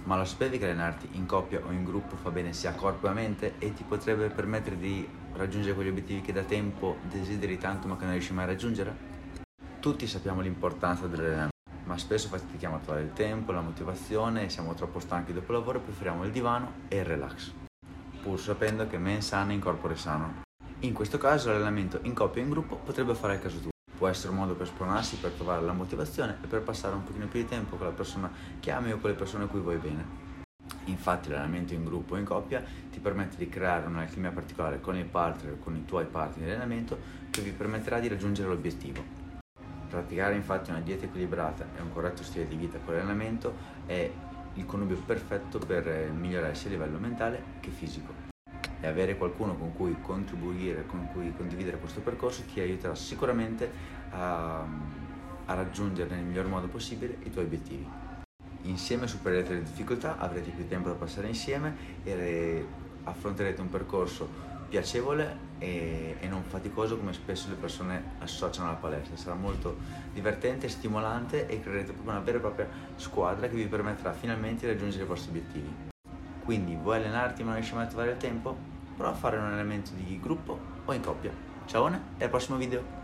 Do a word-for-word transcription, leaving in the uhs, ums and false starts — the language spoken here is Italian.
Ma lo sapevi che allenarti in coppia o in gruppo fa bene sia a corpo e a mente e ti potrebbe permettere di raggiungere quegli obiettivi che da tempo desideri tanto ma che non riesci mai a raggiungere? Tutti sappiamo l'importanza dell'allenamento, ma spesso fatichiamo a trovare il tempo, la motivazione e siamo troppo stanchi dopo il lavoro e preferiamo il divano e il relax, pur sapendo che mens sana in corpore sano. In questo caso l'allenamento in coppia o in gruppo potrebbe fare il caso tuo. Può essere un modo per spronarsi, per trovare la motivazione e per passare un pochino più di tempo con la persona che ami o con le persone a cui vuoi bene. Infatti l'allenamento in gruppo o in coppia ti permette di creare un'alchimia particolare con il partner o con i tuoi partner di allenamento che vi permetterà di raggiungere l'obiettivo. Praticare infatti una dieta equilibrata e un corretto stile di vita con l'allenamento è il connubio perfetto per migliorare sia a livello mentale che fisico. E avere qualcuno con cui contribuire, con cui condividere questo percorso ti aiuterà sicuramente a, a raggiungere nel miglior modo possibile i tuoi obiettivi. Insieme supererete le difficoltà, avrete più tempo da passare insieme e affronterete un percorso piacevole e, e non faticoso come spesso le persone associano alla palestra. Sarà molto divertente, stimolante e creerete proprio una vera e propria squadra che vi permetterà finalmente di raggiungere i vostri obiettivi. Quindi vuoi allenarti ma non riesci mai a trovare il tempo? Prova a fare un allenamento di gruppo o in coppia. Ciao e al prossimo video!